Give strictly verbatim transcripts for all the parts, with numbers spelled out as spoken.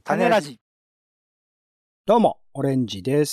種ラジ。どうも、オレンジです。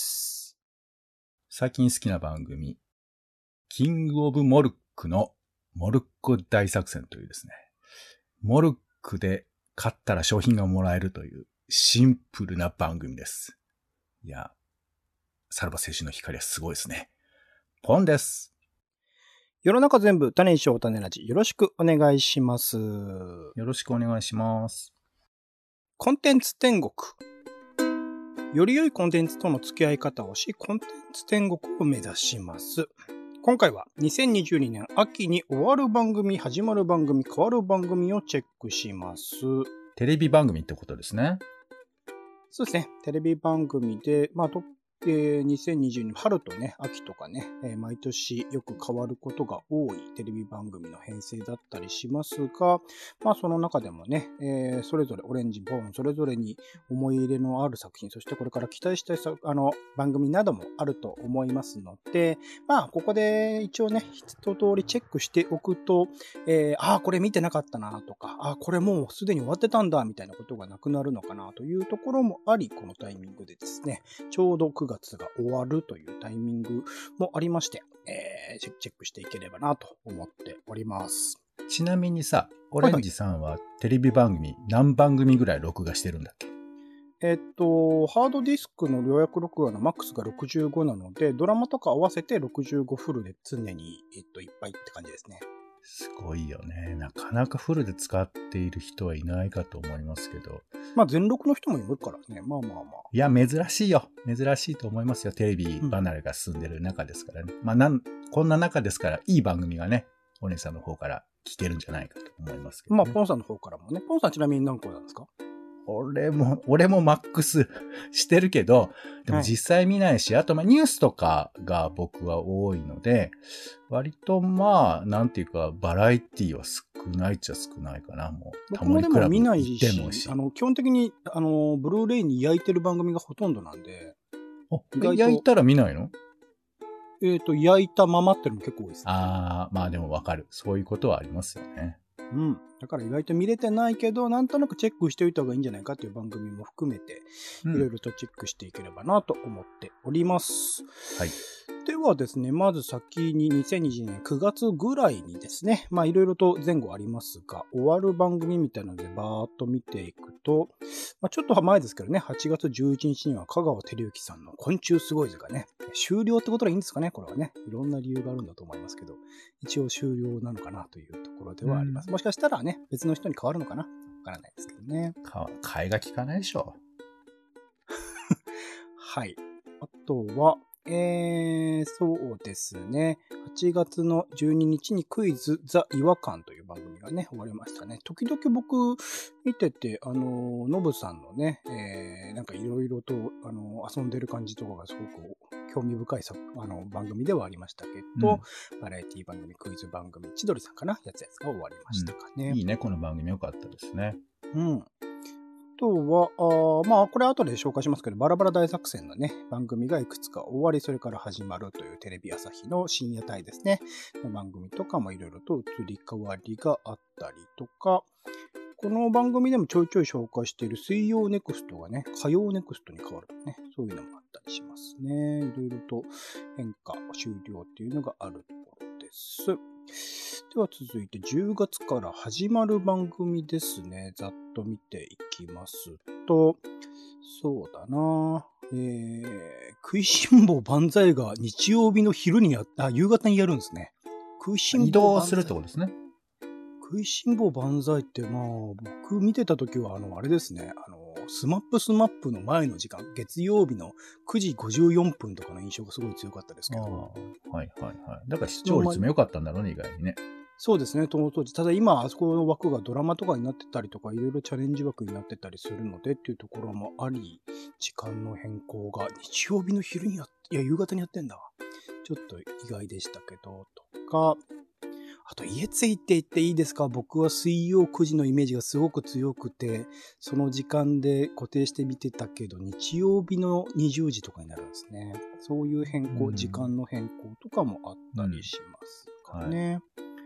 最近好きな番組、キングオブモルックのモルック大作戦というですね、モルックで買ったら商品がもらえるというシンプルな番組です。いや、さらば青春の光はすごいですね。ポンです。 世の中全部種にしよう種ラジ。よろしくお願いします。よろしくお願いします。 コンテンツ天国。より良いコンテンツとの付き合い方をし、コンテンツ天国を目指します。今回はにせんにじゅうにねん秋に終わる番組、始まる番組、変わる番組をチェックします。 テレビ番組ってことですね。 そうですね。テレビ番組で、まあ、とえー、にせんにじゅうにねん春とね、秋とかね、えー、毎年よく変わることが多いテレビ番組の編成だったりしますが、まあその中でもね、えー、それぞれオレンジ、ボーン、それぞれに思い入れのある作品、そしてこれから期待したいあの番組などもあると思いますので、まあここで一応ね、一通りチェックしておくと、えー、ああ、これ見てなかったなとか、ああ、これもうすでに終わってたんだみたいなことがなくなるのかなというところもあり、このタイミングでですね、ちょうどくがつが終わるというタイミングもありまして、えー、チェックしていければなと思っております。 ちなみにさ、オレンジさんはテレビ番組何番組ぐらい録画してるんだっけ？ えっと、ハードディスクの予約録画のマックスがろくじゅうごなので、ドラマとか合わせてろくじゅうごフルで常に、えっと、いっぱいって感じですね。 すごいよね。なかなかフルで使っている人はいないかと思いますけど。 まあ全録の人もいるからね。まあまあまあ。 いや、珍しいよ。珍しいと思いますよ。テレビ離れが進んでる中ですからね。うん、まあなん、こんな中ですから、いい番組がね、お姉さんの方から聞けるんじゃないかと思いますけど、ね。 まあ、ポンさんの方からもね。ポンさんちなみに何個なんですか？ 俺も、俺もマックスしてるけど、でも実際見ないし、はい、あとまあニュースとかが僕は多いので、割とまあ、なんていうか、バラエティは少ないっちゃ少ないかな、もう。 僕もでも見ないし、あの、基本的に、あの、ブルーレイに焼いてる番組がほとんどなんで。 あ、焼いたら見ないの？ えっと、焼いたままってのも結構多いですね。 ああ、まあでもわかる。そういうことはありますよね。 うん。だから意外と見れてないけど、なんとなくチェックしておいた方がいいんじゃないかという番組も含めて、いろいろとチェックしていければなと思っております。 はい。 ではですね、まず先ににせんにじゅうにねんくがつぐらいにですね、まあいろいろと前後ありますが、終わる番組みたいなのでバーっと見ていくと、まあ、ちょっと前ですけどね、はちがつじゅういちにちには香川照之さんの昆虫すごい図がね、終了ってことでいいんですかね、これはね。いろんな理由があるんだと思いますけど、一応終了なのかなというところではあります。もしかしたらね、別の人に変わるのかなわからないですけどね。 か、替えが利かないでしょ。 はい。あとは、えー、そうですね。はちがつのじゅうににちにクイズザ違和感という番組がね、終わりましたね。時々僕見てて、あの、ノブさんのね、えー、なんかいろいろと、あの、遊んでる感じとかがすごく興味深いあの番組ではありましたけど、うん、バラエティ番組、クイズ番組、千鳥さんかなやつやつが終わりましたかね。 うん、いいね、この番組良かったですね。 うん。あとは、あまあ、これ後で紹介しますけど、バラバラ大作戦のね、番組がいくつか終わり、それから始まるというテレビ朝日の深夜帯ですね、の番組とかもいろいろと移り変わりがあったりとか、この番組でもちょいちょい紹介している水曜ネクストがね、火曜ネクストに変わるとね、そういうのもあったりしますね。いろいろと変化、終了っていうのがあるところです。では続いてじゅうがつから始まる番組ですね。ざっと見ていきますと、そうだなえー、食いしん坊万歳が日曜日の昼にやっあ、夕方にやるんですね。 食いしん坊移動するってことですね。 食いしん坊万歳って、まあ、僕見てた時は、あの、あれですね、あの、スマップスマップの前の時間、月曜日のくじごじゅうよんぷんとかの印象がすごい強かったですけど。 はいはいはい。だから視聴率も良かったんだろうね、意外にね。 そうですね、その当時。ただ今、あそこの枠がドラマとかになってたりとか、いろいろチャレンジ枠になってたりするのでっていうところもあり、時間の変更が日曜日の昼にやっ、いや、夕方にやってんだ。ちょっと意外でしたけど、とか、あと、家ついていっていいですか？僕は水曜くじのイメージがすごく強くて、その時間で固定して見てたけど、日曜日のにじゅうじとかになるんですね。そういう変更、時間の変更とかもあったりしますかね。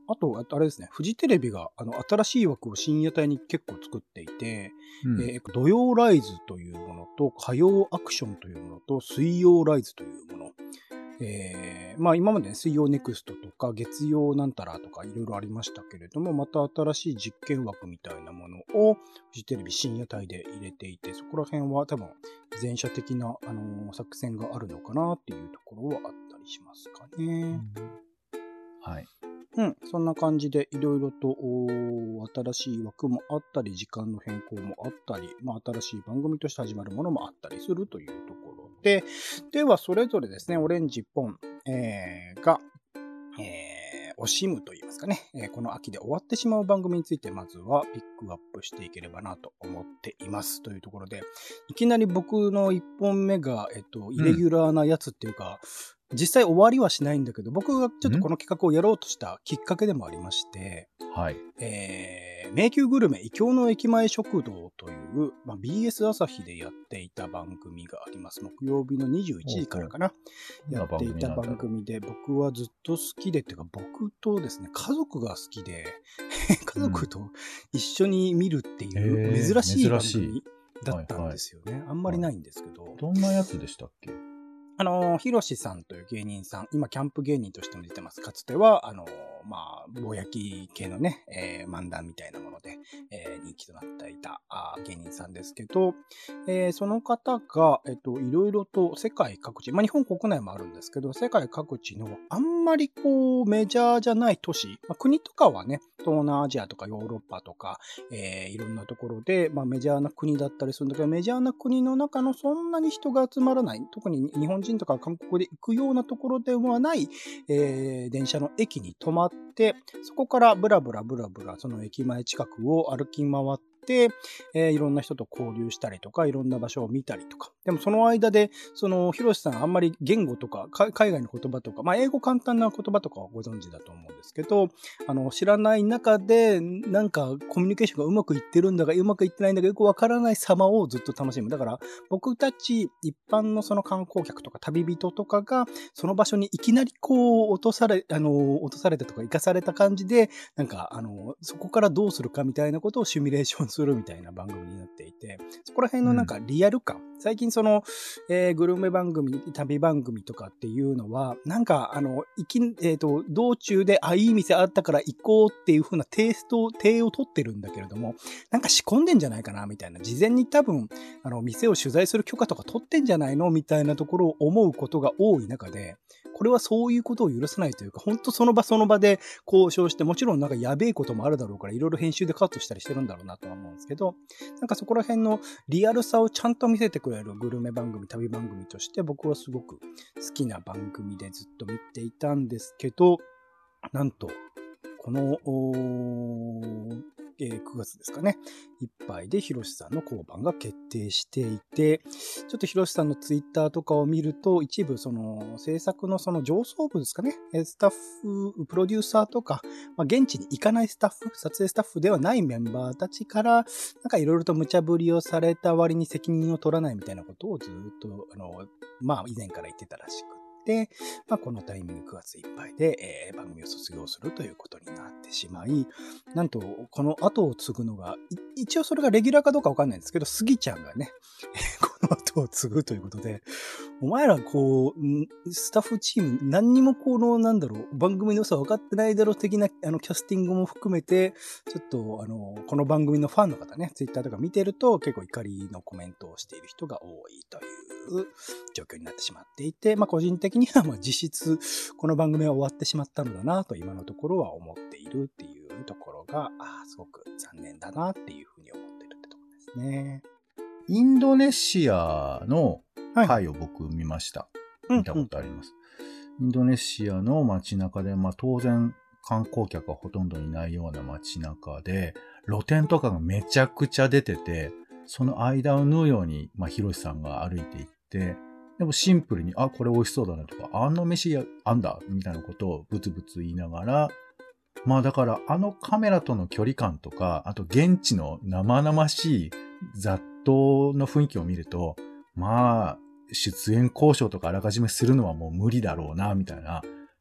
あと、あれですね、フジテレビが、あの、新しい枠を深夜帯に結構作っていて、うん、えー、土曜ライズというものと、火曜アクションというものと、水曜ライズというもの。えー、まあ今までね、水曜ネクストとか、月曜なんたらとかいろいろありましたけれども、また新しい実験枠みたいなものを、フジテレビ深夜帯で入れていて、そこら辺は多分、前者的な、あのー、作戦があるのかなっていうところはあったりしますかね。うん、 はい。 うん、そんな感じでいろいろと新しい枠もあったり、時間の変更もあったり、まあ、新しい番組として始まるものもあったりするというところで、ではそれぞれですね、オレンジポン、えー、が、えー、惜しむといいますかね、えー、この秋で終わってしまう番組についてまずはピックアップしていければなと思っていますというところで、いきなり僕のいっぽんめが、えっと、イレギュラーなやつっていうか、うん、実際終わりはしないんだけど、僕がちょっとこの企画をやろうとしたきっかけでもありまして、 はい。 えー、迷宮グルメ異郷の駅前食堂という、まあ、ビーエス 朝日でやっていた番組があります。木曜日のにじゅういちじからかな。やっていた番組で、僕はずっと好きで、っていうか僕とですね、家族が好きで、家族と一緒に見るっていう珍しい番組だったんですよね。はいはい、あんまりないんですけど。 どんなやつでしたっけ？ あの、ひろしさんという芸人さん、今キャンプ芸人としても出てます。かつては、あの、まあ、ぼやき系のね、えー、漫談みたいなもので、えー、人気となっていたあ芸人さんですけど、えー、その方が、えっと、いろいろと世界各地、まあ、日本国内もあるんですけど、世界各地のあんまりこう、メジャーじゃない都市、まあ、国とかはね、東南アジアとかヨーロッパとか、えー、いろんなところで、まあ、メジャーな国だったりするんだけど、メジャーな国の中のそんなに人が集まらない、特に日本人とか韓国で行くようなところではない、えー、電車の駅に止まって、そこからブラブラブラブラその駅前近くを歩き回って、えー、いろんな人と交流したりとか、いろんな場所を見たりとか。でもその間で、その、ひろしさんあんまり言語とか、海外の言葉とか、まあ英語簡単な言葉とかはご存知だと思うんですけど、あの、知らない中で、なんかコミュニケーションがうまくいってるんだか、うまくいってないんだか、よくわからない様をずっと楽しむ。だから、僕たち一般のその観光客とか旅人とかが、その場所にいきなりこう、落とされ、あの、落とされたとか、生かされた感じで、なんか、あの、そこからどうするかみたいなことをシミュレーションするみたいな番組になっていて、そこら辺のなんかリアル感、うん、最近その、えー、グルメ番組、旅番組とかっていうのは、なんか、あの、行き、えっと、道中で、あ、いい店あったから行こうっていう風なテイスト、テを取ってるんだけれども、なんか仕込んでんじゃないかな、みたいな。事前に多分、あの、店を取材する許可とか取ってんじゃないのみたいなところを思うことが多い中で、これはそういうことを許さないというか、本当その場その場で交渉して、もちろんなんかやべえこともあるだろうから、いろいろ編集でカットしたりしてるんだろうなとは思うんですけど、なんかそこら辺のリアルさをちゃんと見せてくれるグルメ番組、旅番組として僕はすごく好きな番組でずっと見ていたんですけど、なんと、この、えー、くがつですかね、いっぱいでひろしさんの降板が決定していて、ちょっとひろしさんのツイッターとかを見ると、一部その制作のその上層部ですかね、スタッフ、プロデューサーとか、まあ、現地に行かないスタッフ、撮影スタッフではないメンバーたちから、なんかいろいろと無茶ぶりをされた割に責任を取らないみたいなことをずっと、あの、まあ以前から言ってたらしく。で、まあ、このタイミングくがついっぱいで、えー、番組を卒業するということになってしまい、なんと、この後を継ぐのが、一応それがレギュラーかどうかわかんないんですけど、スギちゃんがね、この後を継ぐということで、お前らこう、スタッフチーム何にもこの、なんだろう、番組の良さ分かってないだろう的な、あの、キャスティングも含めて、ちょっと、あの、この番組のファンの方ね、ツイッターとか見てると、結構怒りのコメントをしている人が多いという状況になってしまっていて、まあ、個人的には、まあ、実質、この番組は終わってしまったのだなと、今のところは思っているっていうところが、あすごく残念だなっていうふうに思ってるってところですね。 インドネシアの回を僕見ました。はい、見たことあります。うんうん、インドネシアの街中で、まあ当然観光客がほとんどいないような街中で、露店とかがめちゃくちゃ出てて、その間を縫うように、まあヒロシさんが歩いていって、でもシンプルに、あ、これ美味しそうだなとか、あの飯あんだみたいなことをブツブツ言いながら、まあだからあのカメラとの距離感とか、あと現地の生々しい雑踏の雰囲気を見ると、まあ、出演交渉とかあらかじめするのはもう無理だろうな、みたいな。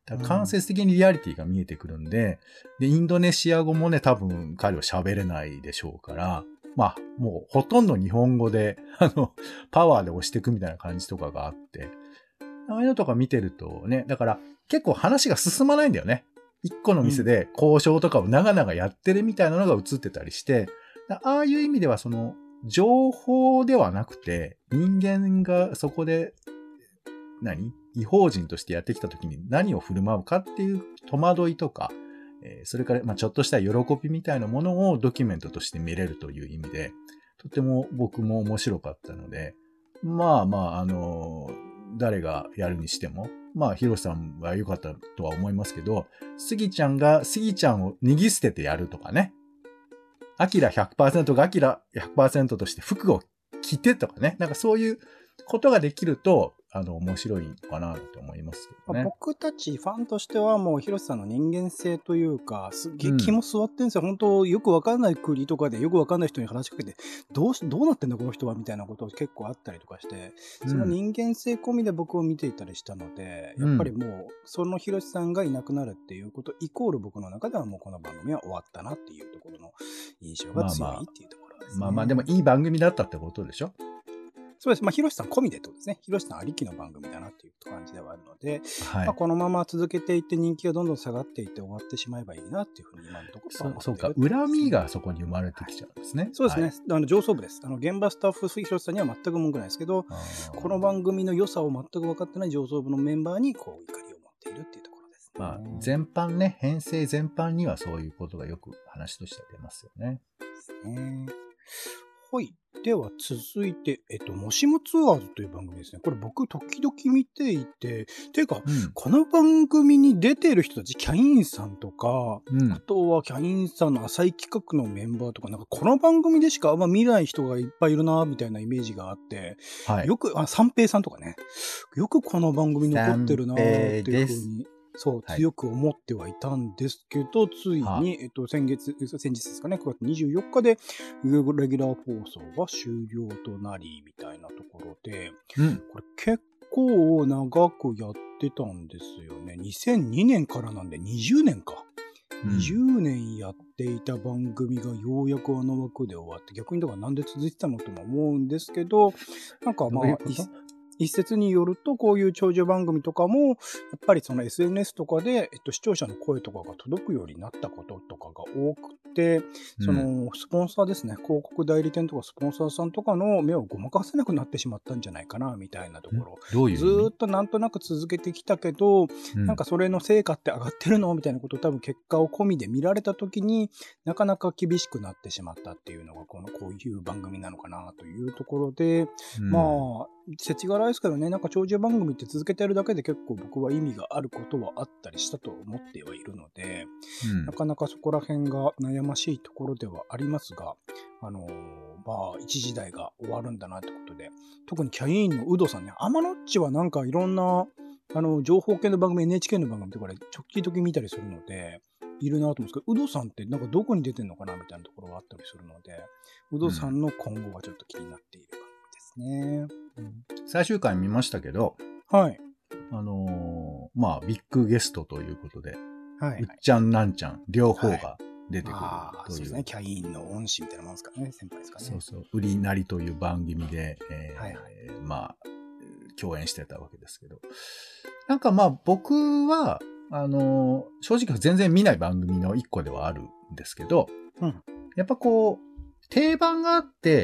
だから間接的にリアリティが見えてくるんで、で、インドネシア語もね、多分彼は喋れないでしょうから、まあ、もうほとんど日本語で、あの、パワーで押していくみたいな感じとかがあって、ああいうのとか見てるとね、だから結構話が進まないんだよね。一個の店で交渉とかを長々やってるみたいなのが映ってたりして、ああいう意味ではその、情報ではなくて、人間がそこで、何？異邦人としてやってきた時に何を振る舞うかっていう戸惑いとか、えー、それから、まあ、ちょっとした喜びみたいなものをドキュメントとして見れるという意味で、とても僕も面白かったので、まあまあ、あのー、誰がやるにしても、まあ、ヒロさんは良かったとは思いますけど、スギちゃんがスギちゃんを脱ぎ捨ててやるとかね、アキラ ひゃくパーセント がアキラ ひゃくパーセント として服を着てとかね、なんかそういうことができると、あの、面白いのかなと思いますけどね。 僕たちファンとしてはもう、広瀬さんの人間性というか、すっげえ気も座ってるんですよ。うん、本当よくわかんない国とかでよくわかんない人に話しかけて、どうし、どうなってんだこの人はみたいなこと結構あったりとかして、その人間性込みで僕を見ていたりしたので、うん、やっぱりもう、その広瀬さんがいなくなるっていうこと、イコール僕の中ではもうこの番組は終わったなっていうところの印象が強いっていうところですね。 まあまあ、まあまあでもいい番組だったってことでしょ？ そうです。まあ、広瀬さん込みでってことですね。広瀬さんありきの番組だなっていう感じではあるので、はい、まあ、このまま続けていって人気がどんどん下がっていって終わってしまえばいいなっていうふうに今のところは思っている、ね、 そうか、恨みがそこに生まれてきちゃうんですね。はい、 そうですね。はい、あの上層部です。あの現場スタッフ、広瀬さんには全く文句ないですけど、この番組の良さを全く分かってない上層部のメンバーにこう怒りを持っているっていうところですね。 まあ、全般ね、編成全般にはそういうことがよく話として出ますよね。 ですね。はい。では続いて、えっと、もしもツアーズという番組ですね。これ僕時々見ていて、ていうか、うん、この番組に出ている人たち、キャインさんとか、うん、あとはキャインさんの浅い企画のメンバーとか、なんかこの番組でしかあんま見ない人がいっぱいいるな、みたいなイメージがあって、はい、よく、あ、三平さんとかね、よくこの番組残ってるな、っていうふうに。そう、強く思ってはいたんですけど、はい、ついに、はあ、えっと、先月、先日ですかね、くがつにじゅうよっかで、レギュラー放送が終了となり、みたいなところで、うん、これ結構長くやってたんですよね。にせんにねんからなんでにじゅうねんか。うん、にじゅうねんやっていた番組がようやくあの枠で終わって、逆にだからなんで続いてたのとも思うんですけど、なんかまあ、一説によると、こういう長寿番組とかも、やっぱりその エスエヌエス とかで、えっと、視聴者の声とかが届くようになったこととかが多くて、その、スポンサーですね、広告代理店とかスポンサーさんとかの目をごまかせなくなってしまったんじゃないかな、みたいなところ。 どういうずーっとなんとなく続けてきたけど、うん、なんかそれの成果って上がってるのみたいなことを多分結果を込みで見られたときになかなか厳しくなってしまったっていうのが、この、こういう番組なのかな、というところで、うん、まあ、世知辛いですけどね、なんか長寿番組って続けてるだけで結構僕は意味があることはあったりしたと思ってはいるので、うん、なかなかそこら辺が悩ましいところではありますが、あのー、まあ、一時代が終わるんだなってことで、特にキャインのウドさんね、アマノッチはなんかいろんな、あの、情報系の番組、エヌエイチケー の番組とかで時々見たりするので、いるなと思うんですけど、ウドさんってなんかどこに出てんのかなみたいなところがあったりするので、ウドさんの今後がちょっと気になっている感じですね。 うん、最終回見ましたけど、 はい。 あのー、まあ、ビッグゲストということで、 はい、はい。 うっちゃんなんちゃん、両方が出てくるという。 はい、そうですね。キャインの恩師みたいなもんですかね。先輩ですかね。 そうそう。売りなりという番組で、えーはいはい、まあ、共演してたわけですけど。なんかまあ、僕は、あのー、正直全然見ない番組の一個ではあるんですけど、うん、やっぱこう、定番があって、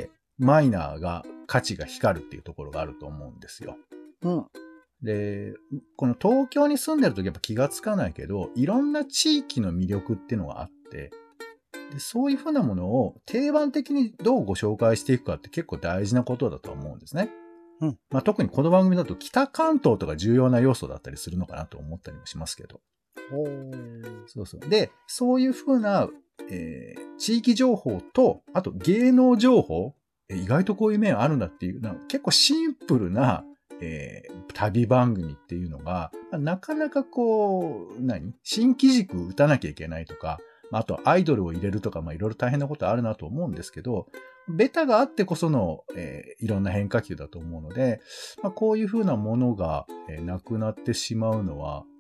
マイナーが価値が光るっていうところがあると思うんですよ。 うん。 で、この東京に住んでるときやっぱ気がつかないけど、いろんな地域の魅力っていうのがあって、でそういうふうなものを定番的にどうご紹介していくかって結構大事なことだと思うんですね。 うん。 まあ、特にこの番組だと北関東とか重要な要素だったりするのかなと思ったりもしますけど。そうそう。で、そういうふうな、えー、地域情報と、あと芸能情報、意外とこういう面あるんだっていう、なんか結構シンプルな、えー、旅番組っていうのが、なかなかこう、何新機軸打たなきゃいけないとか、あとアイドルを入れるとか、まあいろいろ大変なことあるなと思うんですけど、ベタがあってこその、えー、いろんな変化球だと思うので、まあ、こういうふうなものが、えー、なくなってしまうのは、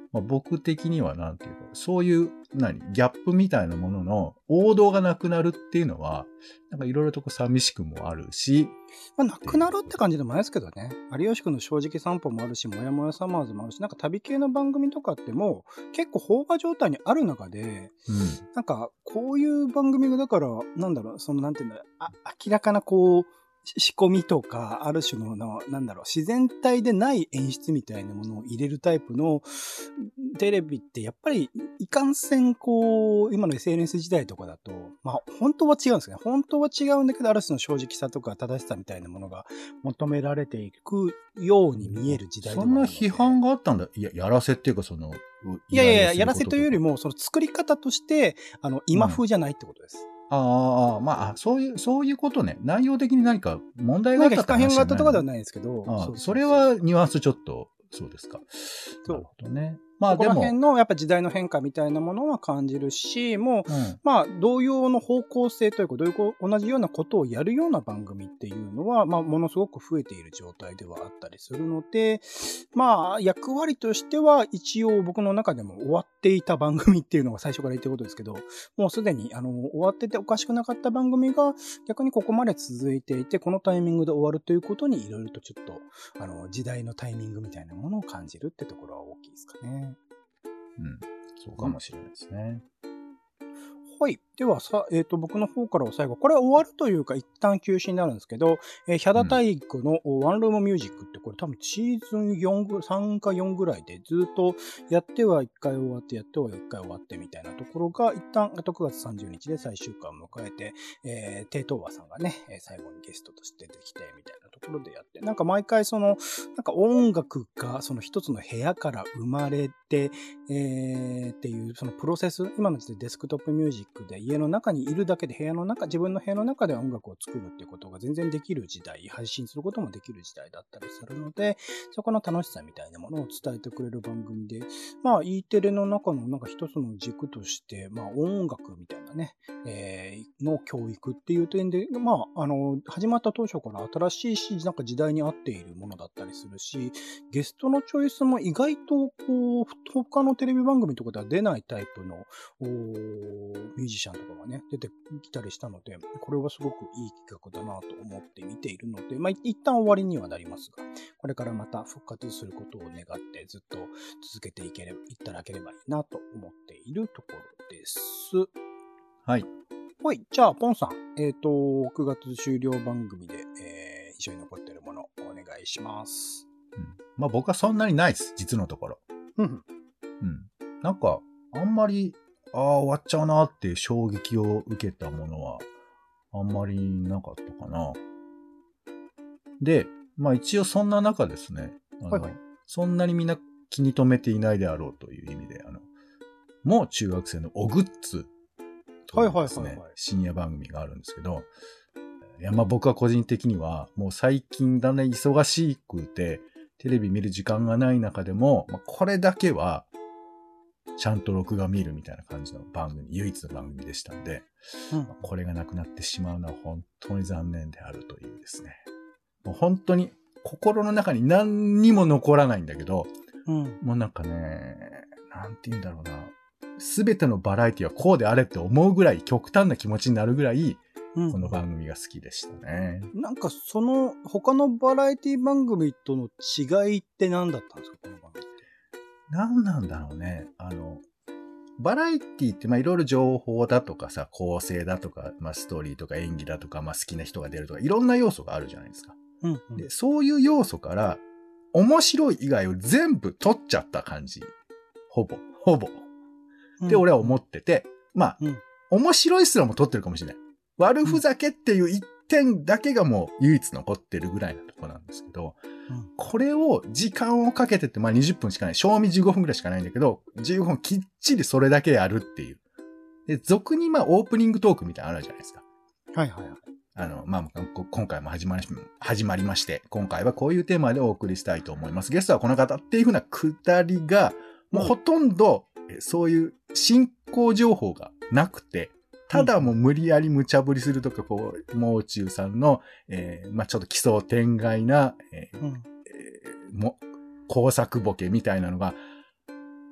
まあ、僕的にはなんていうか、そういう、何、ギャップみたいなものの王道がなくなるっていうのは、なんかいろいろとこう寂しくもあるし、 まあ、なくなるって感じでもないですけどね。有吉くんの正直散歩もあるし、もやもやサマーズもあるし、なんか旅系の番組とかってもう結構飽和状態にある中で、 うん、 なんかこういう番組がだから、なんだろう、そのなんていうんだろう、あ、明らかなこう、仕込みとか、ある種のの、なんだろう、自然体でない演出みたいなものを入れるタイプのテレビってやっぱりいかんせんこう、今の エスエヌエス 時代とかだと、まあ本当は違うんですね。本当は違うんだけど、ある種の正直さとか正しさみたいなものが求められていくように見える時代でもあるので。 そんな批判があったんだ。いや、やらせっていうかその、 いやいやいや、やらせというよりも、その作り方として、あの、今風じゃないってことです。 うんああ、まあ、そういう、そういうことね。内容的に何か問題があったって話じゃないの？ 何か非可変があったとかではないんですけど。 ああそうそうそうそれはニュアンスちょっと、そうですか。 そう。 なるほどね。まあでも。 そこら辺のやっぱ時代の変化みたいなものは感じるし、もう、 うん、 まあ同様の方向性というか、同様同じようなことをやるような番組っていうのは、まあものすごく増えている状態ではあったりするので、まあ役割としては一応僕の中でも終わっていた番組っていうのが最初から言ってることですけど、もうすでにあの終わってておかしくなかった番組が逆にここまで続いていて、このタイミングで終わるということにいろいろとちょっとあの時代のタイミングみたいなものを感じるってところは大きいですかね。 うん、そうかもしれないですね。 はい。ではさ、えっ、ー、と、僕の方からは最後、これは終わるというか、一旦休止になるんですけど、えー、ヒャダ体育のワンルームミュージックって、これ多分シーズンよんぐ、さんかよんぐらいでずっとやってはいっかい終わって、やってはいっかい終わってみたいなところが、一旦、あとくがつさんじゅうにちで最終回を迎えて、えー、テイトーワさんがね、最後にゲストとして出てきて、みたいなところでやって、なんか毎回その、なんか音楽がその一つの部屋から生まれて、えー、っていう、そのプロセス、今の時代デスクトップミュージックで家の中にいるだけで部屋の中、自分の部屋の中で音楽を作るっていうことが全然できる時代、配信することもできる時代だったりするので、そこの楽しさみたいなものを伝えてくれる番組で、まあ E テレの中のなんか一つの軸として、まあ音楽みたいなね、えー、の教育っていう点で、まああの、始まった当初から新しいし、なんか時代に合っているものだったりするし、ゲストのチョイスも意外とこう、他のテレビ番組とかでは出ないタイプのミュージシャンとかがね、出てきたりしたので、これはすごくいい企画だなと思って見ているので、まあ一旦終わりにはなりますが、これからまた復活することを願ってずっと続けていければ、いただければいいなと思っているところです。 はい。 はい。じゃあ、ポンさん、えっと、くがつ終了番組で、えー、印象に残っているものをお願いします。 うん、まあ僕はそんなにないです、実のところ。 うん。 うん。なんか、あんまり、ああ、終わっちゃうなっていう衝撃を受けたものは、あんまりなかったかな。で、まあ一応そんな中ですね、あの、はいはい、そんなにみんな気に留めていないであろうという意味で、あの、もう中学生のおグッズというですね、はいはいはいはい、深夜番組があるんですけど、いやまあ僕は個人的には、もう最近だね、忙しくて、テレビ見る時間がない中でも、まあ、これだけは、ちゃんと録画見るみたいな感じの番組、唯一の番組でしたんで、うんまあ、これがなくなってしまうのは本当に残念であるというですね。もう本当に心の中に何にも残らないんだけど、うん、もうなんかね、なんて言うんだろうな、すべてのバラエティはこうであれって思うぐらい極端な気持ちになるぐらい、うん、この番組が好きでしたね。 なんかその他のバラエティ番組との違いって何だったんですか、この番組って。 何なんだろうね。あの、バラエティってまあいろいろ情報だとかさ、構成だとか、まあストーリーとか演技だとか、まあ好きな人が出るとか、いろんな要素があるじゃないですか。うんうん、でそういう要素から面白い以外を全部取っちゃった感じ。ほぼ、ほぼ。って俺は思ってて、まあ、うん、面白いすらも取ってるかもしれない。悪ふざけっていう一点だけがもう唯一残ってるぐらいのとこなんですけど、うん、これを時間をかけてって、まあにじゅっぷんしかない。賞味じゅうごふんぐらいしかないんだけど、じゅうごふんきっちりそれだけやるっていう。で、俗にまあオープニングトークみたいなのあるじゃないですか。 はいはいはい。 あの、まあ、今回も始まり、始まりまして、今回はこういうテーマでお送りしたいと思います。ゲストはこの方っていう風なくだりが、もうほとんど、うん、そういう進行情報がなくて、ただもう無理やり無茶ぶりするとか、こう、もう中さんの、えー、まあ、ちょっと奇想天外な、えーうんえー、も工作ボケみたいなのが、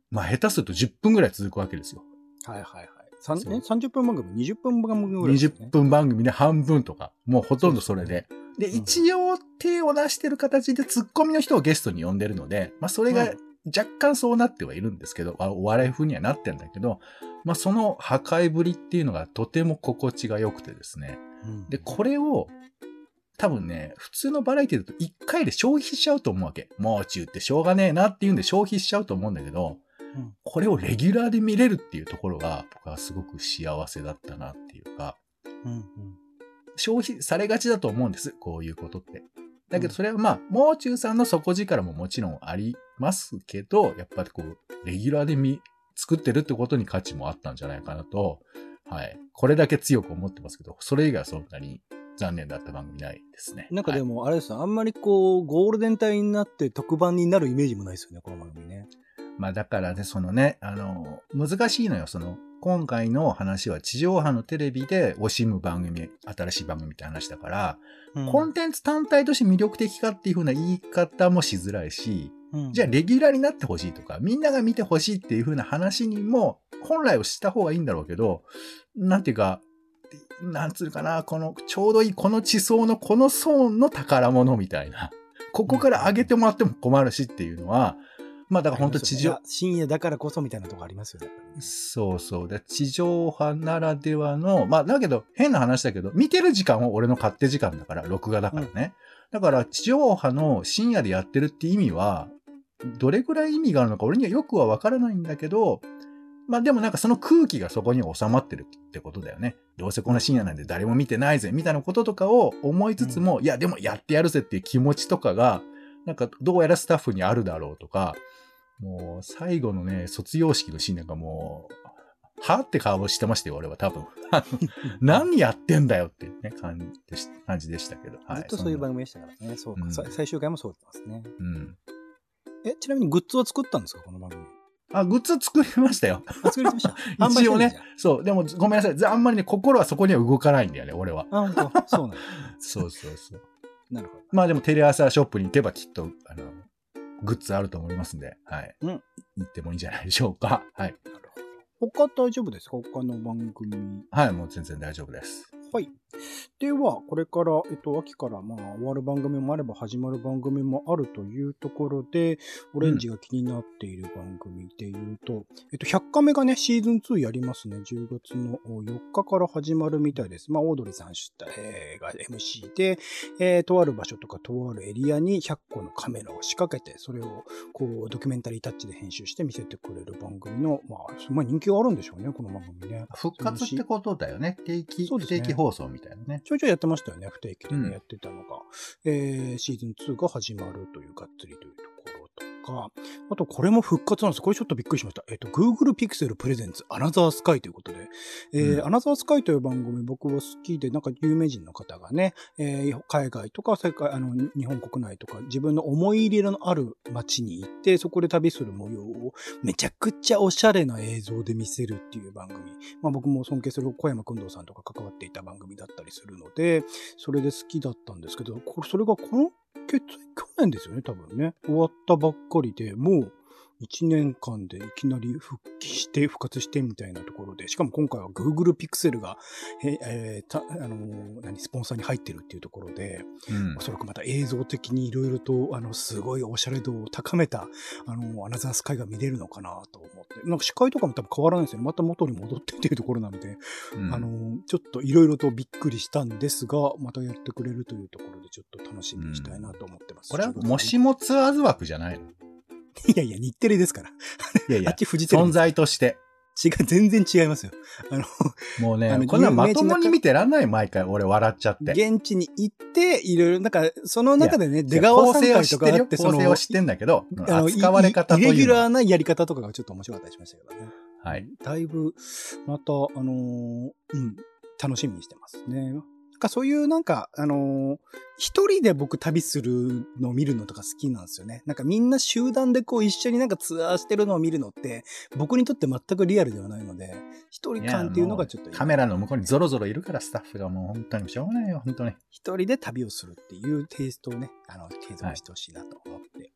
まあ下手するとじゅっぷんぐらい続くわけですよ。 はいはいはい。さんね、さんじゅっぷん番組、にじゅっぷん番組ぐらい、ね。 にじゅっぷん番組で半分とか、もうほとんどそれで。で、 うん、 一応手を出してる形でツッコミの人をゲストに呼んでるので、まあそれが若干そうなってはいるんですけど、うん、お笑い風にはなってるんだけど、まあその破壊ぶりっていうのがとても心地が良くてですね。うん、で、これを多分ね、普通のバラエティだと一回で消費しちゃうと思うわけ。もう中ってしょうがねえなっていうんで消費しちゃうと思うんだけど、うん、これをレギュラーで見れるっていうところが僕はすごく幸せだったなっていうか、うんうん、消費されがちだと思うんです。こういうことって。だけどそれはまあ、もう中さんの底力ももちろんありますけど、やっぱりこう、レギュラーで見、作ってるってことに価値もあったんじゃないかなと、はい。これだけ強く思ってますけど、それ以外はそんなに残念だった番組ないですね。 なんかでも、あれですよ、はい、あんまりこう、ゴールデン帯になって特番になるイメージもないですよね、この番組ね。 まあだからね、そのね、あの、難しいのよ、その、今回の話は地上波のテレビで惜しむ番組、新しい番組って話だから、うん、コンテンツ単体として魅力的かっていう風な言い方もしづらいし、うん、じゃあレギュラーになってほしいとか、みんなが見てほしいっていう風な話にも、本来をした方がいいんだろうけど、なんていうか、なんつうかな、この、ちょうどいいこの地層のこの層の宝物みたいな、ここから上げてもらっても困るしっていうのは、まあだから本当地上、 深夜だからこそみたいなとこありますよね。 そうそう。で、地上波ならではの、まあだけど変な話だけど、見てる時間は俺の勝手時間だから、録画だからね。うん、だから地上波の深夜でやってるって意味は、どれくらい意味があるのか俺にはよくはわからないんだけど、まあでもなんかその空気がそこに収まってるってことだよね。どうせこの深夜なんで誰も見てないぜ、みたいなこととかを思いつつも、うん、いやでもやってやるぜっていう気持ちとかが、なんかどうやらスタッフにあるだろうとか、もう最後のね、卒業式のシーンなんかもう、はって顔してましたよ、俺は多分。何やってんだよっていうね、感じでし感じでしたけど。 はい、ずっとそういう番組でしたからね。そうか、うん、最終回もそうだったんですね。うん。え、ちなみにグッズは作ったんですか、この番組。 あ、グッズ作りましたよ。 あ、作りました。 一応ね。そう。でも、ごめんなさい。あんまりね、心はそこには動かないんだよね、俺は。 あ、本当。そうなんだ。 そうそうそう。 なるほど。 まあでも、テレ朝ショップに行けばきっと、あの、グッズあると思いますんで、はい。うん。行ってもいいんじゃないでしょうか。はい。 なるほど。他大丈夫ですか？他の番組。 はい、もう全然大丈夫です。 はい。では、これから、えっと、秋から、まあ、終わる番組もあれば、始まる番組もあるというところで、オレンジが気になっている番組で言うと、うん、えっと、ひゃっかめがね、シーズンツーやりますね。じゅうがつのよっかから始まるみたいです。まあ、オードリーさん主体、えー、が エムシー で、えー、とある場所とか、とあるエリアにひゃっこのカメラを仕掛けて、それを、こう、ドキュメンタリータッチで編集して見せてくれる番組の、まあ、すごい人気があるんでしょうね、この番組ね。 復活ってことだよね。定期、そうですね、定期放送みたいなね。 ちょいちょいやってましたよね。不定期でね、うん、やってたのが。えー、シーズンツーが始まるというがっつりというところとか、あとこれも復活なんです。これちょっとびっくりしました。えっと、Google Pixel Presents Another Sky ということで、えー、うん、Another Sky という番組僕は好きで、なんか有名人の方がね、えー、海外とか世界、あの、日本国内とか自分の思い入れのある街に行って、そこで旅する模様をめちゃくちゃおしゃれな映像で見せるっていう番組。まあ僕も尊敬する小山君堂さんとか関わっていた番組だったりするので、それで好きだったんですけど、これそれがこの去年ですよね、多分ね。終わったばっかりで、もういちねんかんでいきなり復帰して、復活してみたいなところで、しかも今回は Google Pixel が、えー、たあのー、何、スポンサーに入ってるっていうところで、うん、おそらくまた映像的にいろいろと、あの、すごいおしゃれ度を高めた、あの、アナザースカイが見れるのかなと思って、なんか視界とかも多分変わらないですよね。また元に戻ってっていうところなので、うん、あのー、ちょっといろいろとびっくりしたんですが、またやってくれるというところでちょっと楽しみにしたいなと思ってます。 うん、これはもしもツアーズ枠じゃないの？ いやいや、日テレですから。 いやいや、 あっちフジテレビ。 存在として。 違う、全然違いますよ。あの、 もうね、こんなまともに見てらんない、毎回。俺笑っちゃって。 現地に行って、いろいろ、なんか、その中でね、出川さん会とかあって、 その、構成を知ってんだけど、扱われ方というの。 イレギュラーなやり方とかがちょっと面白かったりしましたけどね。 はい。 だいぶ、また、あのー、うん、楽しみにしてますね。かそういうなんか、あのー、一人で僕旅するのを見るのとか好きなんですよね。なんかみんな集団でこう一緒になんかツアーしてるのを見るのって僕にとって全くリアルではないので、一人感っていうのがちょっといい。 カメラの向こうにゾロゾロいるからスタッフがもう本当にしょうがないよ、本当に。 一人で旅をするっていうテイストをね、あの、継続してほしいなと思っております。はい 。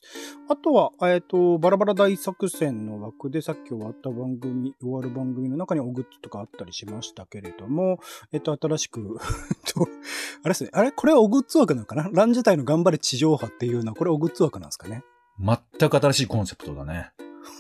あとは、えっと、バラバラ大作戦の枠でさっき終わった番組、終わる番組の中におグッズとかあったりしましたけれども、えっと、新しく、あれですね、あれこれはおグッズ枠なのかな？ランジャタイの頑張れ地上波っていうのは、これおグッズ枠なんですかね？ 全く新しいコンセプトだね。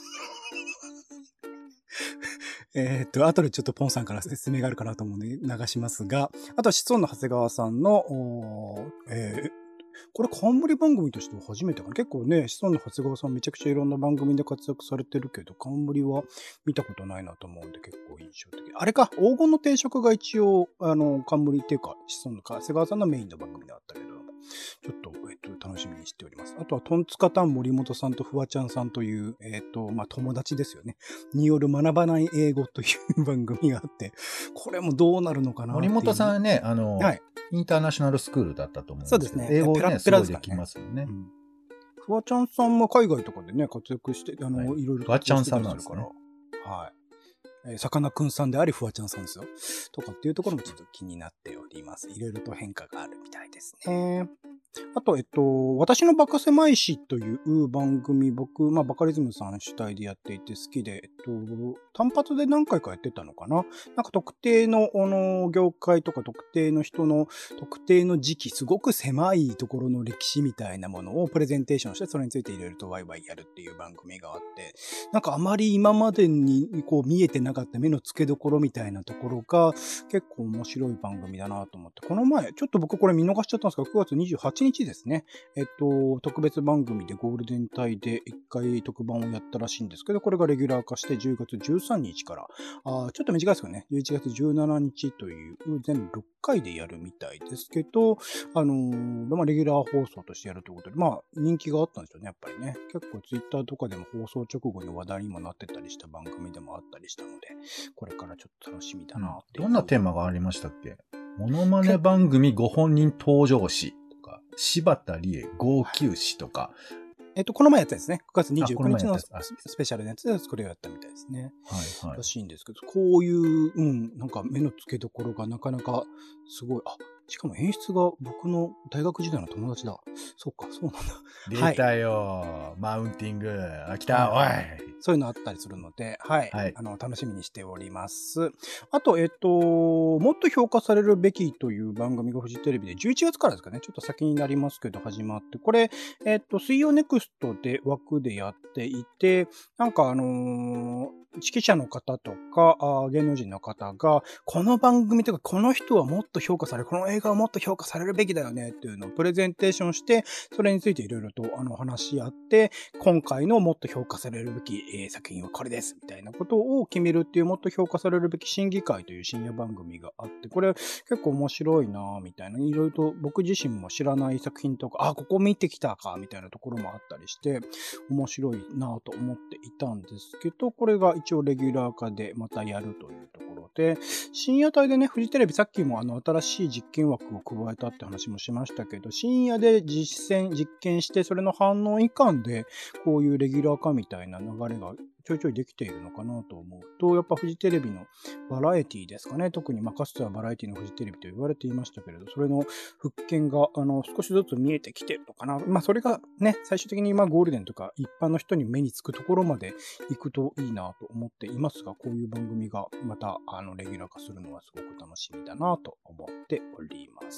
えっと、後でちょっとポンさんから説明があるかなと思うんで流しますが、あとはシソンの長谷川さんの、えー、これ冠番組としては初めてかな。結構ね、シソンの長谷川さんめちゃくちゃいろんな番組で活躍されてるけど、冠は見たことないなと思うんで結構印象的。あれか、黄金の定食が一応、あの、冠っていうか、シソンの長谷川さんのメインの番組だったけど、ちょっと、えっと、楽しみにしております。あとは、トンツカタン森本さんとフワちゃんさんという、えっと、まあ、友達ですよね。による学ばない英語という番組があって、これもどうなるのかなっていう。 森本さんはね、あの、はい、インターナショナルスクールだったと思うんですけど、そうですね。英語ね、ペラペラですからね、すごいできますよね。うん、 フワちゃんさんも海外とかでね、活躍して、あの、はい、いろいろフワちゃんさんなんですね。 はい。えー、さかなクンさんであり、フワちゃんさんですよ。とかっていうところもちょっと気になっております。いろいろと変化があるみたいですね。あと、えっと、私のバカせまいしという番組、僕、まあ、バカリズムさん主体でやっていて好きで、えっと、単発で何回かやってたのかな。なんか特定の、あの、業界とか特定の人の特定の時期、すごく狭いところの歴史みたいなものをプレゼンテーションして、それについていろいろとワイワイやるっていう番組があって、なんかあまり今までにこう見えてなかった目の付けどころみたいなところが結構面白い番組だなと思って、この前、ちょっと僕これ見逃しちゃったんですが、くがつにじゅうはちにちですね。えっと、特別番組でゴールデン帯で一回特番をやったらしいんですけど、これがレギュラー化してじゅうがつじゅうさんにちから、あちょっと短いですかね、じゅういちがつじゅうしちにちという全ろっかいでやるみたいですけど、あのー、まあ、レギュラー放送としてやるということで、まあ、人気があったんですよね、やっぱりね。結構ツイッターとかでも放送直後に話題にもなってたりした番組でもあったりしたので、これからちょっと楽しみだなっていう、 うん。どんなテーマがありましたっけ？モノマネ番組ご本人登場誌とか、柴田理恵号泣誌とか、 えっと、この前やったやつね。くがつにじゅうくにちのスペシャルのやつでこれをやったみたいですね。 はいはい。 らしいんですけど、こういう、うん、なんか目の付けどころがなかなかすごい。あ、しかも演出が僕の大学時代の友達だ。そうか、そうなんだ。 出たよ、はい、マウンティング。あ、来た、おい。 そういうのあったりするので、はい。はい、あの、楽しみにしております。あと、えっと、もっと評価されるべきという番組がフジテレビでじゅういちがつからですかね。ちょっと先になりますけど、始まって。これ、えっと、水曜ネクストで枠でやっていて、なんかあのー、指揮者の方とかあ、芸能人の方が、この番組とか、この人はもっと評価される、この映画はもっと評価されるべきだよねっていうのをプレゼンテーションして、それについていろいろとあの話し合って、今回のもっと評価されるべき、えー、作品はこれです、みたいなことを決めるっていうもっと評価されるべき審議会という深夜番組があって、これ結構面白いなぁ、みたいな、いろいろと僕自身も知らない作品とか、あ、ここ見てきたか、みたいなところもあったりして、面白いなぁと思っていたんですけど、これが一応レギュラー化でまたやるというところで、深夜帯でね、フジテレビさっきもあの新しい実験枠を加えたって話もしましたけど、深夜で実践、実験して、それの反応以下で、こういうレギュラー化みたいな流れがちょいちょいできているのかなと思うと、やっぱフジテレビのバラエティですかね。特にまあかつてはバラエティのフジテレビと言われていましたけれど、それの復権があの少しずつ見えてきてるのかな。まあそれがね、最終的にまあゴールデンとか一般の人に目につくところまで行くといいなと思っていますが、こういう番組がまたあのレギュラー化するのはすごく楽しみだなと思っております。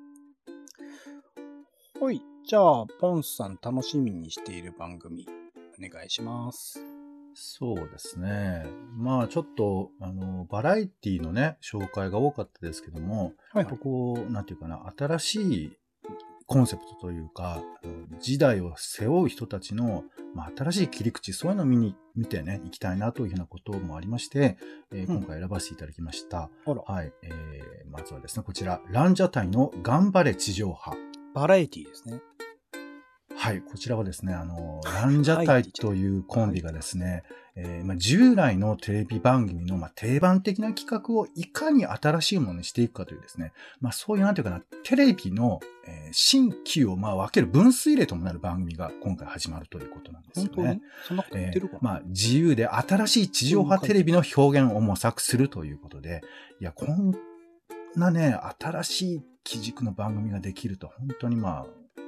はい。じゃあ、ポンさん楽しみにしている番組、お願いします。 そうですね。まあちょっと、あの、バラエティのね、紹介が多かったですけども、はいはい、こう、なんていうかな、新しいコンセプトというか、時代を背負う人たちの、まあ、新しい切り口、そういうのを見に、見てね、行きたいなというふうなこともありまして、えーうん、今回選ばせていただきました。はい。えー、まずはですね、こちら、ランジャタイの頑張れ地上波。 バラエティですね。 はい、こちらはですね、あの、ランジャタイというコンビがですね、えーまあ、従来のテレビ番組の、まあ、定番的な企画をいかに新しいものにしていくかというですね、まあ、そういうなんていうかな、テレビの、えー、新旧をまあ分ける分水嶺ともなる番組が今回始まるということなんですよね。 本当にそんなこと言ってるかな、 えー、まあ、自由で新しい地上波テレビの表現を模索するということで、いや、こんなね、新しい基軸の番組ができると本当にまあ、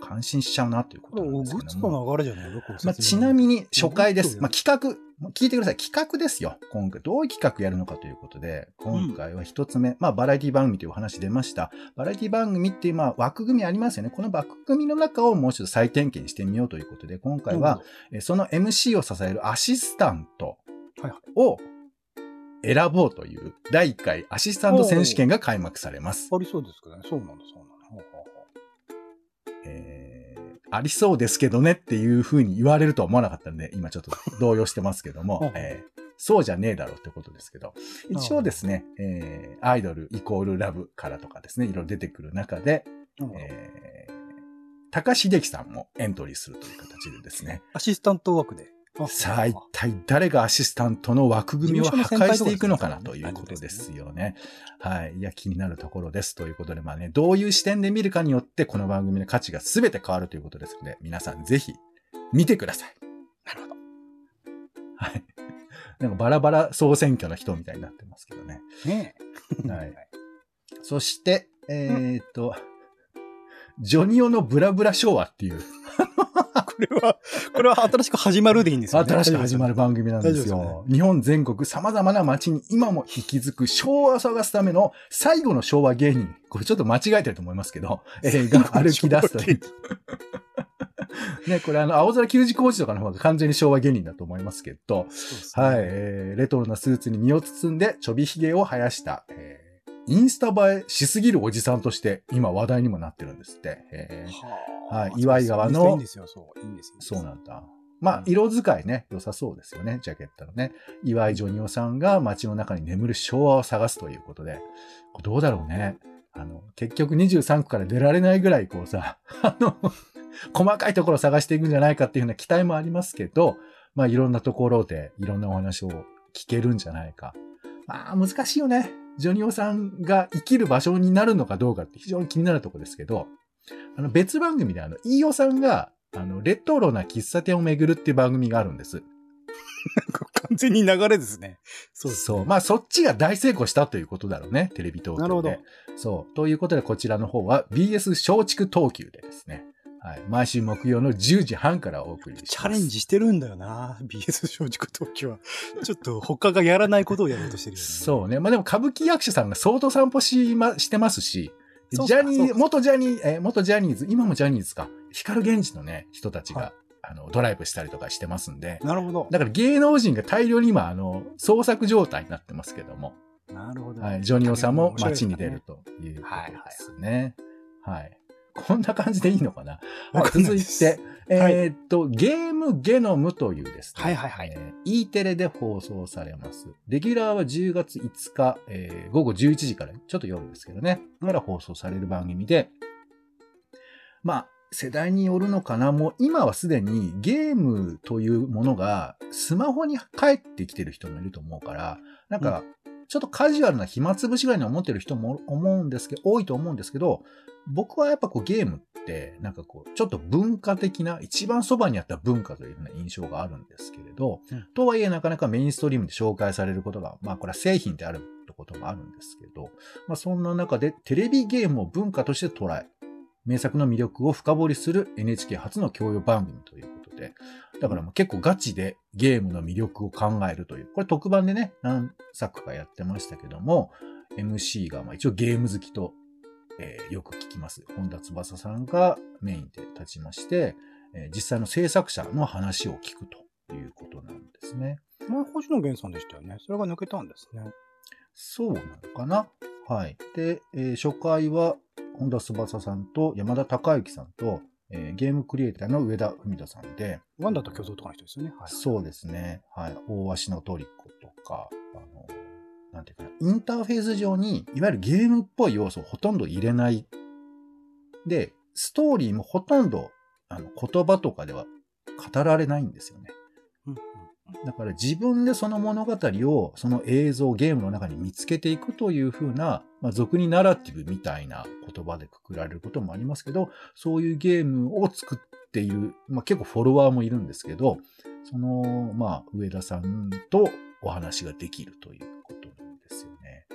感心しちゃうなということなんですけども。 グッズの流れじゃないの？ まあ、ちなみに初回です。まあ、企画、聞いてください。企画ですよ。今回、どういう企画やるのかということで、今回は一つ目、うん、まあ、バラエティ番組というお話出ました。バラエティ番組っていう、まあ、枠組みありますよね。この枠組みの中をもうちょっと再点検してみようということで、今回は、うん、その エムシー を支えるアシスタントを選ぼうというだいいっかいアシスタント選手権が開幕されます。 ありそうですかね。そうなんだ、そうなんだ。ほうほうほうえー、ありそうですけどねっていう風に言われるとは思わなかったんで、今ちょっと動揺してますけども、えー、そうじゃねえだろうってことですけど、一応ですね、えー、アイドルイコールラブからとかですね、いろいろ出てくる中で、えー、高橋秀樹さんもエントリーするという形でですね。 アシスタント枠で。 さあ、一体誰がアシスタントの枠組みを破壊していくのかなということですよね。はい。いや、気になるところです。ということで、まあね、どういう視点で見るかによって、この番組の価値が全て変わるということですので、皆さんぜひ見てください。 なるほど。 はい。なんかバラバラ総選挙の人みたいになってますけどね。 ねえ。はい。そして、えー、っと、ジョニオのブラブラ昭和っていう。 これは、これは新しく始まるでいいんですよね。 新しく始まる番組なんですよ。日本全国様々な街に今も息づく昭和を探すための最後の昭和芸人。これちょっと間違えてると思いますけど、えー、が歩き出すという。ね、これあの、青空球児工事とかの方が完全に昭和芸人だと思いますけど、ね、はい、えー、レトロなスーツに身を包んでちょびひげを生やした、えーインスタ映えしすぎるおじさんとして今話題にもなってるんですって。えー、は、はい、岩井川の。 いいんですよ、そう。いいんですよ。 そうなんだ。まあ、色使いね、良さそうですよね、ジャケットのね。岩井ジョニオさんが街の中に眠る昭和を探すということで、どうだろうね。あの、結局にじゅうさんくから出られないぐらいこうさ、あの、細かいところを探していくんじゃないかっていうような期待もありますけど、まあ、いろんなところでいろんなお話を聞けるんじゃないか。まあ、難しいよね。ジョニオさんが生きる場所になるのかどうかって非常に気になるところですけど、あの別番組であの、飯尾さんが、あの、レトロな喫茶店を巡るっていう番組があるんです。 完全に流れですね。 そうですね。そう。まあそっちが大成功したということだろうね。テレビ東京で。なるほど。そう。ということでこちらの方は ビーエス 松竹東急でですね。はい。毎週木曜のじゅうじはんからお送りします。 チャレンジしてるんだよな。ビーエス 松竹東京は。ちょっと他がやらないことをやろうとしてるよね。 そうね。まあでも歌舞伎役者さんが相当散歩しま、してますし、ジャニー、元ジャニー、えー、元ジャニーズ、今もジャニーズか。光源氏のね、人たちが、はい、あの、ドライブしたりとかしてますんで。 なるほど。 だから芸能人が大量に今、あの、創作状態になってますけども。 なるほど。 はい。ジョニオさんも街に出るということですね。はい、はいはい。こんな感じでいいのかな、はい、続いて、えー、っと、はい、ゲームゲノムというですね。 はいはいはい。 えー、E テレで放送されます。レギュラーはじゅうがついつか、えー、ごごじゅういちじから、ちょっと夜ですけどね。から放送される番組で、まあ、世代によるのかな、もう今はすでにゲームというものがスマホに帰ってきてる人もいると思うから、なんか、ちょっとカジュアルな暇つぶしぐらいに思ってる人も思うんですけど、多いと思うんですけど、僕はやっぱこうゲームって、なんかこう、ちょっと文化的な、一番そばにあった文化というような印象があるんですけれど、うん、とはいえなかなかメインストリームで紹介されることが、まあこれは製品であるってこともあるんですけど、まあそんな中でテレビゲームを文化として捉え、名作の魅力を深掘りする エヌエイチケー 初の教養番組ということで、だからもう結構ガチでゲームの魅力を考えるという、これ特番でね、何作かやってましたけども、エムシー がまあ一応ゲーム好きと、えー、よく聞きます。本田翼さんがメインで立ちまして、えー、実際の制作者の話を聞くということなんですね。 前、星野源さんでしたよね。それが抜けたんですね。 そうなのかな。はい。で、えー、初回は本田翼さんと山田孝之さんと、えー、ゲームクリエイターの上田文人さんで。 ワンダと共同とかの人ですよね。 はい、そうですね。はい。大足のトリコとか、あの、なんていうかな、インターフェース上に、いわゆるゲームっぽい要素をほとんど入れない。で、ストーリーもほとんど、あの、言葉とかでは語られないんですよね。うんうん、だから自分でその物語を、その映像、ゲームの中に見つけていくという風な、まあ、俗にナラティブみたいな言葉でくくられることもありますけど、そういうゲームを作っている、まあ、結構フォロワーもいるんですけど、その、まあ、上田さんとお話ができるということなんですよね。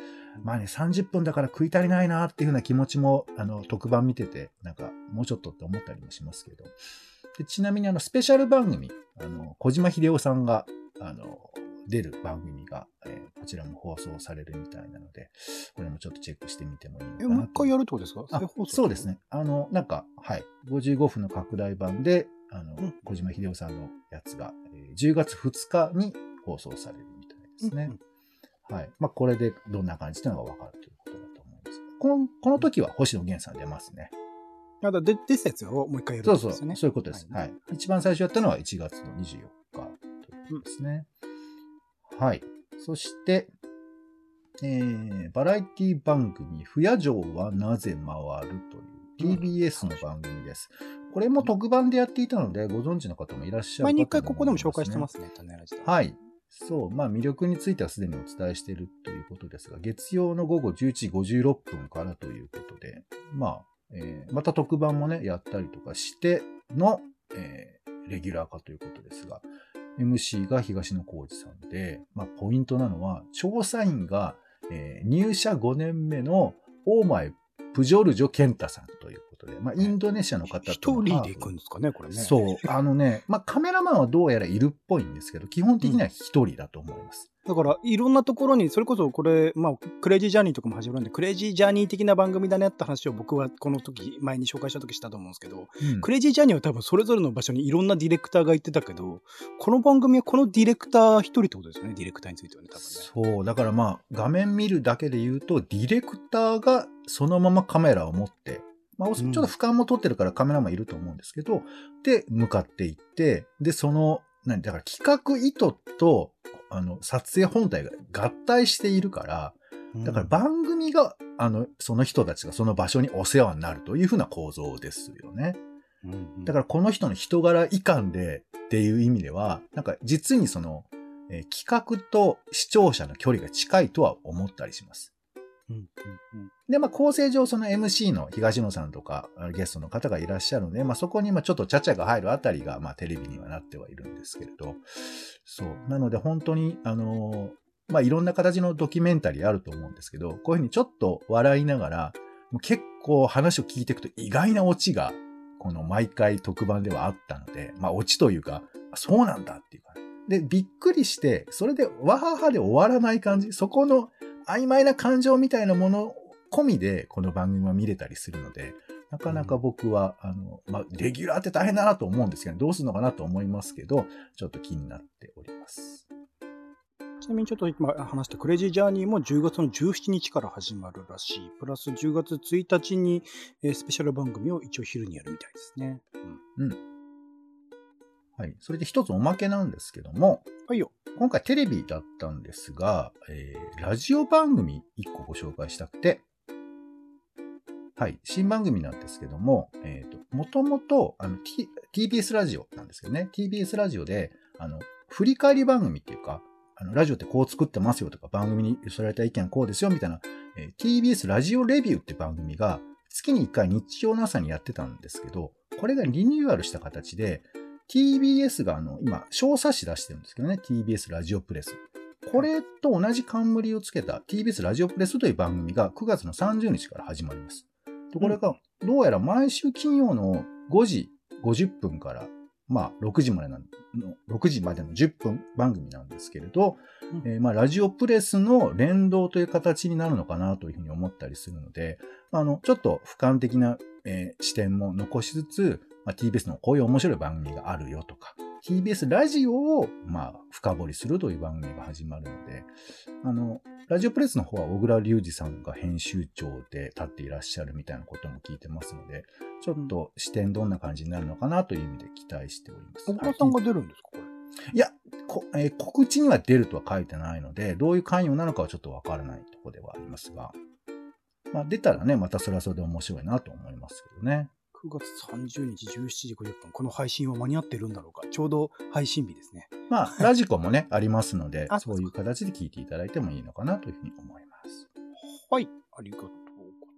まあね、さんじゅっぷんだから食い足りないなっていうふうな気持ちも、あの、特番見てて、なんか、もうちょっとって思ったりもしますけど。でちなみに、あの、スペシャル番組、あの、小島秀夫さんが、あの、出る番組が、えー、こちらも放送されるみたいなので、これもちょっとチェックしてみてもいいのかなと。 え、もう一回やるってことですか？ あ、そうですね。あの、なんか、はい。ごじゅうごふんの拡大版で、あの、うん、小島秀夫さんのやつが、えー、じゅうがつふつかに放送されるみたいですね。うんうん、はい。まあ、これでどんな感じというのがわかるということだと思います。この、この時は星野源さん出ますね。 まだ出たやつをもう一回やるってことですよね。 そうそう、そういうことです。はい。はい、一番最初やったのはいちがつのにじゅうよっかということですね。うん、はい。そして、えー、バラエティ番組、不夜城はなぜ回るという ティービーエス の番組です。うん、これも特番でやっていたので、ご存知の方もいらっしゃるかと思います、ね。 前に一回ここでも紹介してますね、種ラジで。 はい。そう。まあ、魅力についてはすでにお伝えしているということですが、月曜の午後じゅういちじごじゅうろっぷんからということで、まあ、えー、また特番もね、やったりとかしての、えー、レギュラー化ということですが、エムシー が東野幸治さんで、まあ、ポイントなのは、調査員が、えー、入社ごねんめのオーマイ・プジョルジョ・ケンタさんということで、まあ、インドネシアの方と一人で行くんですかね、これね。 そう。あのね、まあ、カメラマンはどうやらいるっぽいんですけど、基本的には一人だと思います。 うん、だから、いろんなところに、それこそこれ、まあ、クレイジージャーニーとかも始まるんで、クレイジージャーニー的な番組だねって話を僕はこの時、前に紹介した時したと思うんですけど、うん、クレイジージャーニーは多分それぞれの場所にいろんなディレクターが行ってたけど、この番組はこのディレクター一人ってことですよね、ディレクターについてはね、多分ね。そう。だからまあ、画面見るだけで言うと、ディレクターがそのままカメラを持って、まあ、ちょっと俯瞰も撮ってるからカメラマンいると思うんですけど、うん、で、向かっていって、で、その、何、だから企画意図と、あの、撮影本体が合体しているから、だから番組が、あの、その人たちがその場所にお世話になるというふうな構造ですよね。うんうん、だからこの人の人柄以下でっていう意味では、なんか実にその、えー、企画と視聴者の距離が近いとは思ったりします。うんうんうん、で、まあ、構成上その エムシー の東野さんとかゲストの方がいらっしゃるので、まあ、そこにまあちょっとちゃちゃが入るあたりが、まあ、テレビにはなってはいるんですけれど、そう。なので本当に、あのー、まあ、いろんな形のドキュメンタリーあると思うんですけど、こういうふうにちょっと笑いながら、結構話を聞いていくと意外なオチが、この毎回特番ではあったので、まあ、オチというか、そうなんだっていうか、で、びっくりして、それでわははで終わらない感じ、そこの曖昧な感情みたいなもの込みで、この番組は見れたりするので、なかなか僕は、うん、あの、まあ、レギュラーって大変だなと思うんですけど、どうするのかなと思いますけど、ちょっと気になっております。 ちなみにちょっと今話したクレイジージャーニーもじゅうがつのじゅうしちにちから始まるらしい。プラスじゅうがつついたちに、えー、スペシャル番組を一応昼にやるみたいですね。 うん。うん。はい。それで一つおまけなんですけども、 はいよ。 今回テレビだったんですが、えー、ラジオ番組一個ご紹介したくて、はい。新番組なんですけども、えっと、もともと、あの、T、ティービーエス ラジオなんですけどね、ティービーエス ラジオで、あの、振り返り番組っていうか、あの、ラジオってこう作ってますよとか、番組に寄せられた意見こうですよみたいな、えー、ティービーエス ラジオレビューって番組が、月にいっかい日曜の朝にやってたんですけど、これがリニューアルした形で、ティービーエス があの、今、小冊子出してるんですけどね、ティービーエス ラジオプレス。これと同じ冠をつけた ティービーエス ラジオプレスという番組がくがつのさんじゅうにちから始まります。でこれが、どうやら毎週金曜のごじごじゅっぷんから、まあ、ろくじまでの、ろくじまでのじゅっぷん番組なんですけれど、うんえー、まあ、ラジオプレスの連動という形になるのかなというふうに思ったりするので、あの、ちょっと俯瞰的な、えー、視点も残しつつ、まあ、ティービーエス のこういう面白い番組があるよとか、ティービーエス ラジオを、まあ、深掘りするという番組が始まるので、あの、ラジオプレスの方は小倉隆二さんが編集長で立っていらっしゃるみたいなことも聞いてますので、ちょっと視点どんな感じになるのかなという意味で期待しております。 小倉さんが出るんですか、これ。 いや、こえー、告知には出るとは書いてないので、どういう関与なのかはちょっとわからないところではありますが、まあ、出たらね、またそれはそれで面白いなと思いますけどね。 くがつさんじゅうにちじゅうしちじごじゅっぷん、この配信は間に合ってるんだろうか。ちょうど配信日ですね。 まあ、ラジコもね、ありますので、そういう形で聞いていただいてもいいのかなというふうに思います。 はい、ありがとうご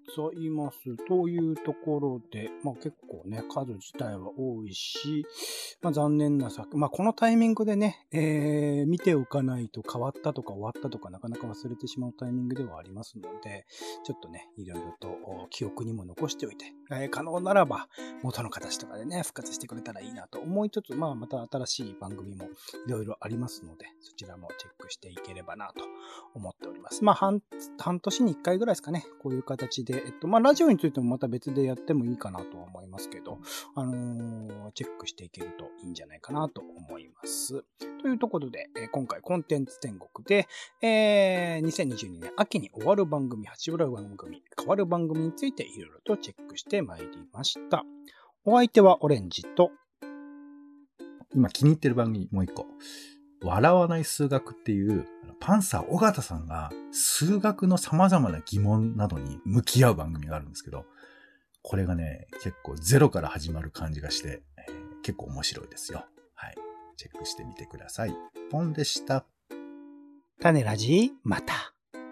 ざいます。というところで、まあ結構ね、数自体は多いし、まあ残念な作、まあこのタイミングでね、えー、見ておかないと変わったとか終わったとかなかなか忘れてしまうタイミングではありますので、ちょっとね、いろいろと記憶にも残しておいて、えー、可能ならば元の形とかでね、復活してくれたらいいなと思いつつ、まあまた新しい番組もいろいろありますので、そちらもチェックしていければなと思っております。まあ半、半年にいっかいぐらいですかね、こういう形で、えっと、まあラジオについてもまた別でやってもいいかなとは思いますけど、あのー、チェックしていけるといいんじゃないかなと思います。というところで、えー、今回コンテンツ天国で、えー、にせんにじゅうにねん秋に終わる番組、始まる番組、変わる番組についていろいろとチェックしてまいりました。お相手はオレンジと、 今気に入ってる番組もう一個。笑わない数学っていう、パンサー尾形さんが数学の様々な疑問などに向き合う番組があるんですけど、これがね、結構ゼロから始まる感じがして、えー、結構面白いですよ。はい。チェックしてみてください。ポンでした。 種ラジまた。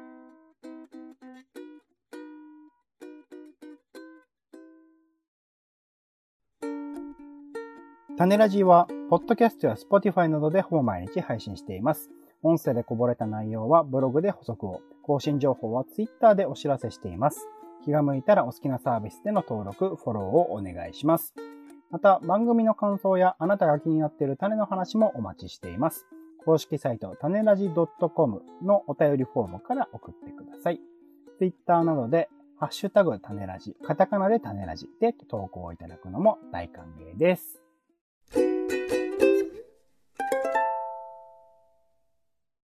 種ラジは、ポッドキャストや Spotify などでほぼ毎日配信しています。音声でこぼれた内容はブログで補足を、更新情報は Twitter でお知らせしています。気が向いたらお好きなサービスでの登録、フォローをお願いします。また、番組の感想やあなたが気になっている種の話もお待ちしています。公式サイト、種ラジ .com のお便りフォームから送ってください。Twitter などで、ハッシュタグ種ラジ、カタカナで種ラジで投稿いただくのも大歓迎です。